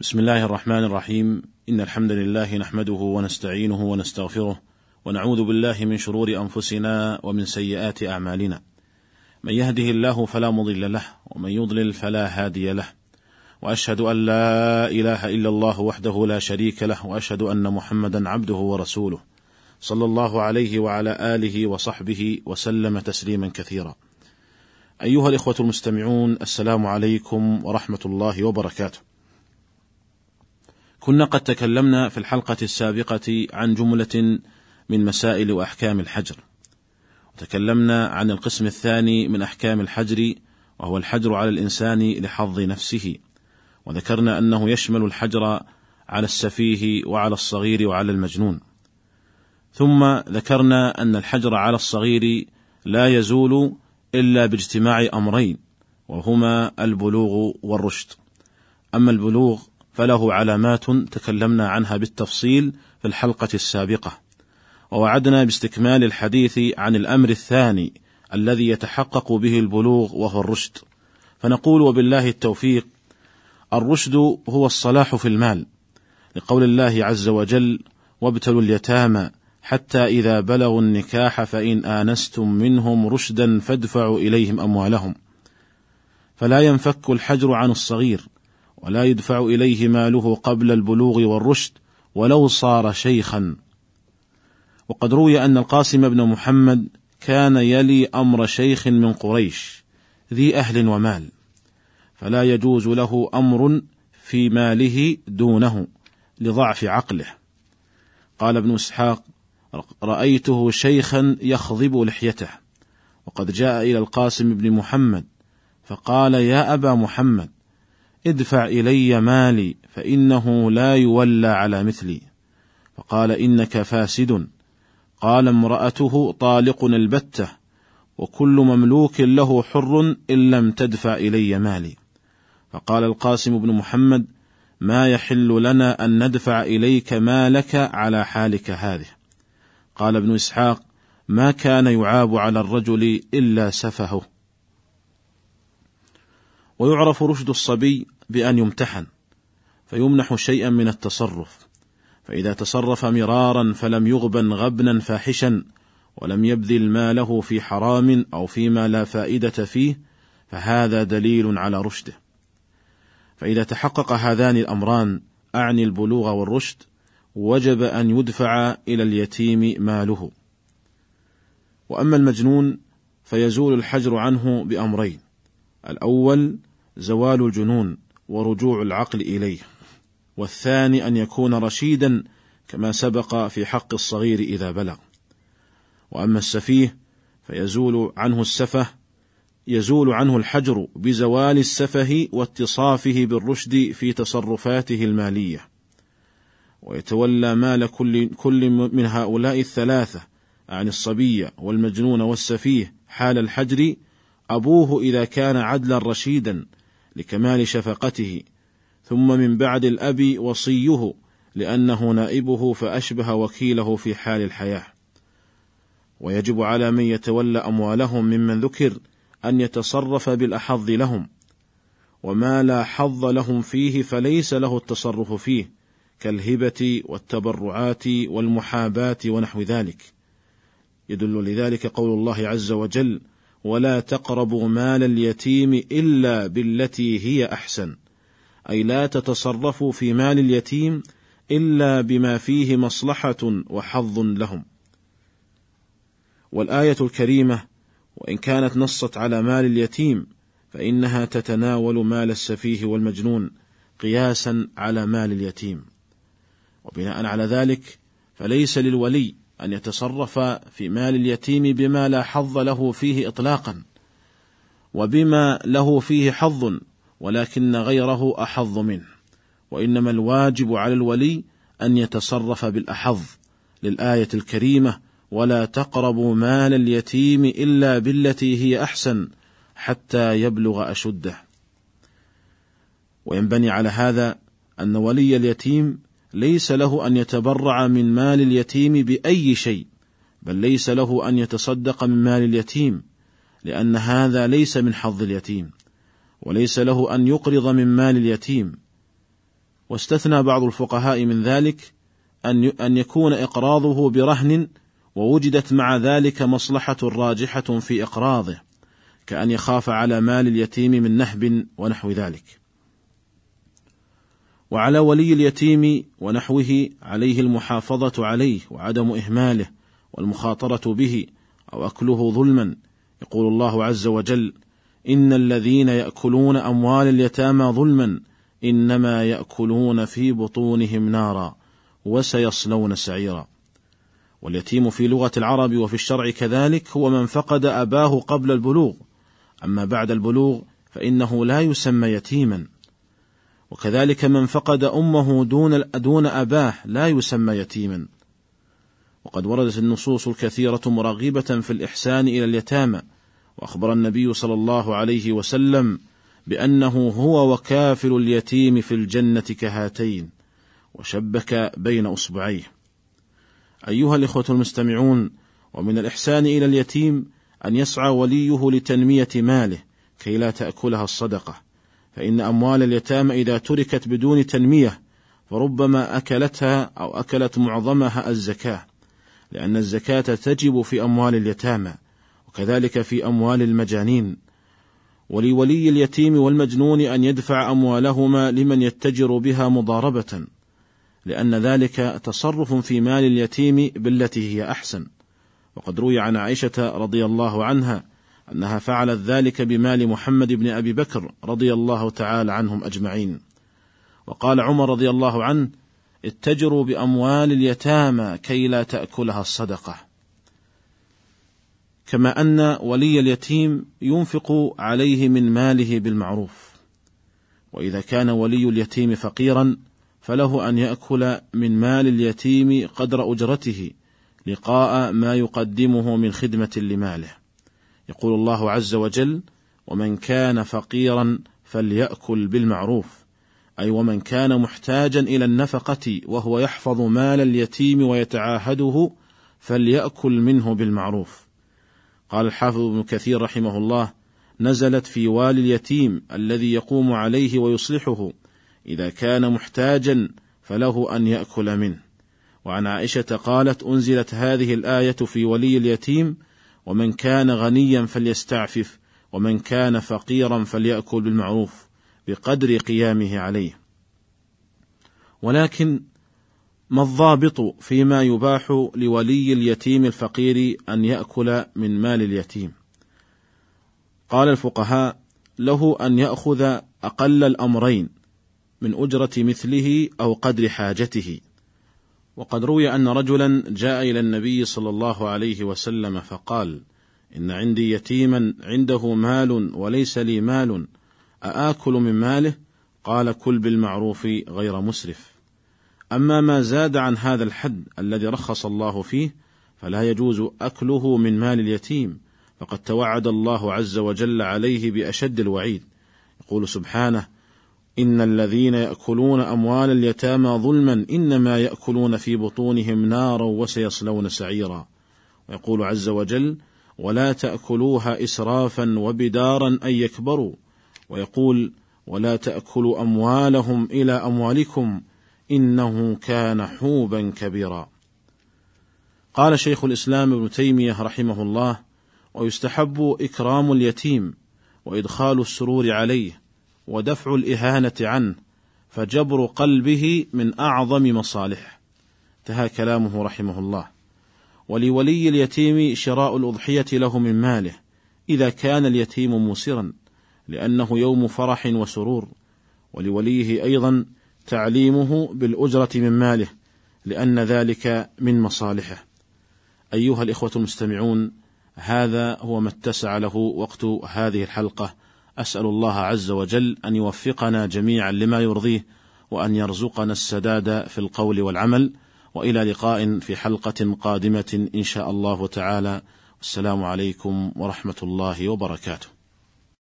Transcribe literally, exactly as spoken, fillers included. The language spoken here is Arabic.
بسم الله الرحمن الرحيم. إن الحمد لله نحمده ونستعينه ونستغفره ونعوذ بالله من شرور أنفسنا ومن سيئات أعمالنا. من يهده الله فلا مضل له ومن يضلل فلا هادي له، وأشهد أن لا إله إلا الله وحده لا شريك له، وأشهد أن محمدا عبده ورسوله صلى الله عليه وعلى آله وصحبه وسلم تسليما كثيرا. أيها الإخوة المستمعون، السلام عليكم ورحمة الله وبركاته. كنا قد تكلمنا في الحلقة السابقة عن جملة من مسائل وأحكام الحجر، وتكلمنا عن القسم الثاني من أحكام الحجر، وهو الحجر على الإنسان لحظ نفسه، وذكرنا أنه يشمل الحجر على السفيه وعلى الصغير وعلى المجنون. ثم ذكرنا أن الحجر على الصغير لا يزول إلا باجتماع أمرين، وهما البلوغ والرشد. أما البلوغ فله علامات تكلمنا عنها بالتفصيل في الحلقة السابقة، ووعدنا باستكمال الحديث عن الأمر الثاني الذي يتحقق به البلوغ، وهو الرشد. فنقول وبالله التوفيق: الرشد هو الصلاح في المال، لقول الله عز وجل: وابتلوا اليتامى حتى إذا بلغوا النكاح فإن آنستم منهم رشدا فادفعوا إليهم أموالهم. فلا ينفك الحجر عن الصغير، ولا يدفع إليه ماله قبل البلوغ والرشد ولو صار شيخا. وقد روي أن القاسم بن محمد كان يلي أمر شيخ من قريش ذي أهل ومال، فلا يجوز له أمر في ماله دونه لضعف عقله. قال ابن إسحاق: رأيته شيخا يخضب لحيته. وقد جاء إلى القاسم بن محمد فقال: يا أبا محمد، ادفع إلي مالي فإنه لا يولى على مثلي. فقال: إنك فاسد. قال: امرأته طالق البتة، وكل مملوك له حر إن لم تدفع إلي مالي. فقال القاسم بن محمد: ما يحل لنا أن ندفع إليك مالك على حالك هذه. قال ابن إسحاق: ما كان يعاب على الرجل إلا سفهه. ويعرف رشد الصبي بأن يمتحن فيمنح شيئا من التصرف، فإذا تصرف مرارا فلم يغبن غبنا فاحشا ولم يبذل ماله في حرام أو فيما لا فائدة فيه، فهذا دليل على رشده. فإذا تحقق هذان الأمران، أعني البلوغ والرشد، وجب أن يدفع إلى اليتيم ماله. وأما المجنون فيزول الحجر عنه بأمرين: الأول زوال الجنون ورجوع العقل إليه، والثاني أن يكون رشيدا كما سبق في حق الصغير إذا بلغ. وأما السفيه فيزول عنه السفه يزول عنه الحجر بزوال السفه واتصافه بالرشد في تصرفاته المالية، ويتولى مال كل, كل من هؤلاء الثلاثة عن الصبي والمجنون والسفيه حال الحجر أبوه إذا كان عدلا رشيدا لكمال شفقته، ثم من بعد الأب وصيه لأنه نائبه فأشبه وكيله في حال الحياة. ويجب على من يتولى أموالهم ممن ذكر أن يتصرف بالأحظ لهم، وما لا حظ لهم فيه فليس له التصرف فيه، كالهبة والتبرعات والمحاباة ونحو ذلك. يدل لذلك قول الله عز وجل: ولا تقربوا مال اليتيم إلا بالتي هي أحسن، أي لا تتصرفوا في مال اليتيم إلا بما فيه مصلحة وحظ لهم. والآية الكريمة وإن كانت نصت على مال اليتيم فإنها تتناول مال السفيه والمجنون قياسا على مال اليتيم. وبناء على ذلك فليس للولي أن يتصرف في مال اليتيم بما لا حظ له فيه إطلاقا، وبما له فيه حظ ولكن غيره أحظ منه، وإنما الواجب على الولي أن يتصرف بالأحظ للآية الكريمة: ولا تقربوا مال اليتيم إلا بالتي هي أحسن حتى يبلغ أشده. وينبني على هذا أن ولي اليتيم ليس له أن يتبرع من مال اليتيم بأي شيء، بل ليس له أن يتصدق من مال اليتيم، لأن هذا ليس من حظ اليتيم، وليس له أن يقرض من مال اليتيم، واستثنى بعض الفقهاء من ذلك أن يكون إقراضه برهن ووجدت مع ذلك مصلحة راجحة في إقراضه، كأن يخاف على مال اليتيم من نهب ونحو ذلك. وعلى ولي اليتيم ونحوه عليه المحافظة عليه وعدم إهماله والمخاطرة به أو أكله ظلما. يقول الله عز وجل: إن الذين يأكلون أموال اليتامى ظلما إنما يأكلون في بطونهم نارا وسيصلون سعيرا. واليتيم في لغة العرب وفي الشرع كذلك هو من فقد أباه قبل البلوغ، أما بعد البلوغ فإنه لا يسمى يتيما. وكذلك من فقد أمه دون دون أباه لا يسمى يتيما. وقد وردت النصوص الكثيرة مرغبة في الإحسان إلى اليتامى، وأخبر النبي صلى الله عليه وسلم بأنه هو وكافل اليتيم في الجنة كهاتين، وشبك بين أصبعيه. أيها الإخوة المستمعون، ومن الإحسان إلى اليتيم أن يسعى وليه لتنمية ماله كي لا تأكلها الصدقة، فإن أموال اليتامى إذا تركت بدون تنمية فربما أكلتها أو أكلت معظمها الزكاة، لأن الزكاة تجب في أموال اليتامى وكذلك في أموال المجانين. ولولي اليتيم والمجنون أن يدفع أموالهما لمن يتجر بها مضاربة، لأن ذلك تصرف في مال اليتيم بالتي هي أحسن. وقد روي عن عائشة رضي الله عنها أنها فعلت ذلك بمال محمد بن أبي بكر رضي الله تعالى عنهم أجمعين. وقال عمر رضي الله عنه: اتجروا بأموال اليتامى كي لا تأكلها الصدقة. كما أن ولي اليتيم ينفق عليه من ماله بالمعروف، وإذا كان ولي اليتيم فقيرا فله أن يأكل من مال اليتيم قدر أجرته لقاء ما يقدمه من خدمة لماله. يقول الله عز وجل: ومن كان فقيرا فليأكل بالمعروف، أي ومن كان محتاجا إلى النفقة وهو يحفظ مال اليتيم ويتعاهده فليأكل منه بالمعروف. قال الحافظ ابن كثير رحمه الله: نزلت في والي اليتيم الذي يقوم عليه ويصلحه، إذا كان محتاجا فله أن يأكل منه. وعن عائشة قالت: أنزلت هذه الآية في ولي اليتيم: ومن كان غنيا فليستعفف ومن كان فقيرا فليأكل بالمعروف بقدر قيامه عليه. ولكن ما الضابط فيما يباح لولي اليتيم الفقير أن يأكل من مال اليتيم؟ قال الفقهاء: له أن يأخذ أقل الأمرين من أجرة مثله أو قدر حاجته. وقد روي أن رجلا جاء إلى النبي صلى الله عليه وسلم فقال: إن عندي يتيما عنده مال وليس لي مال، أآكل من ماله؟ قال: كل بالمعروف غير مسرف. أما ما زاد عن هذا الحد الذي رخص الله فيه فلا يجوز أكله من مال اليتيم، فقد توعد الله عز وجل عليه بأشد الوعيد. يقول سبحانه: إن الذين يأكلون أموال اليتامى ظلما إنما يأكلون في بطونهم نارا وسيصلون سعيرا. ويقول عز وجل: ولا تأكلوها إسرافا وبدارا أن يكبروا. ويقول: ولا تأكلوا أموالهم إلى أموالكم إنه كان حوبا كبيرا. قال شيخ الإسلام ابن تيمية رحمه الله: ويستحب إكرام اليتيم وإدخال السرور عليه ودفع الإهانة عنه، فجبر قلبه من أعظم مصالح. انتهى كلامه رحمه الله. ولولي اليتيم شراء الأضحية له من ماله إذا كان اليتيم موسرا، لأنه يوم فرح وسرور. ولوليه أيضا تعليمه بالأجرة من ماله، لأن ذلك من مصالحه. أيها الإخوة المستمعون، هذا هو ما اتسع له وقت هذه الحلقة. أسأل الله عز وجل أن يوفقنا جميعا لما يرضيه، وأن يرزقنا السداد في القول والعمل. وإلى لقاء في حلقة قادمة إن شاء الله تعالى. والسلام عليكم ورحمة الله وبركاته.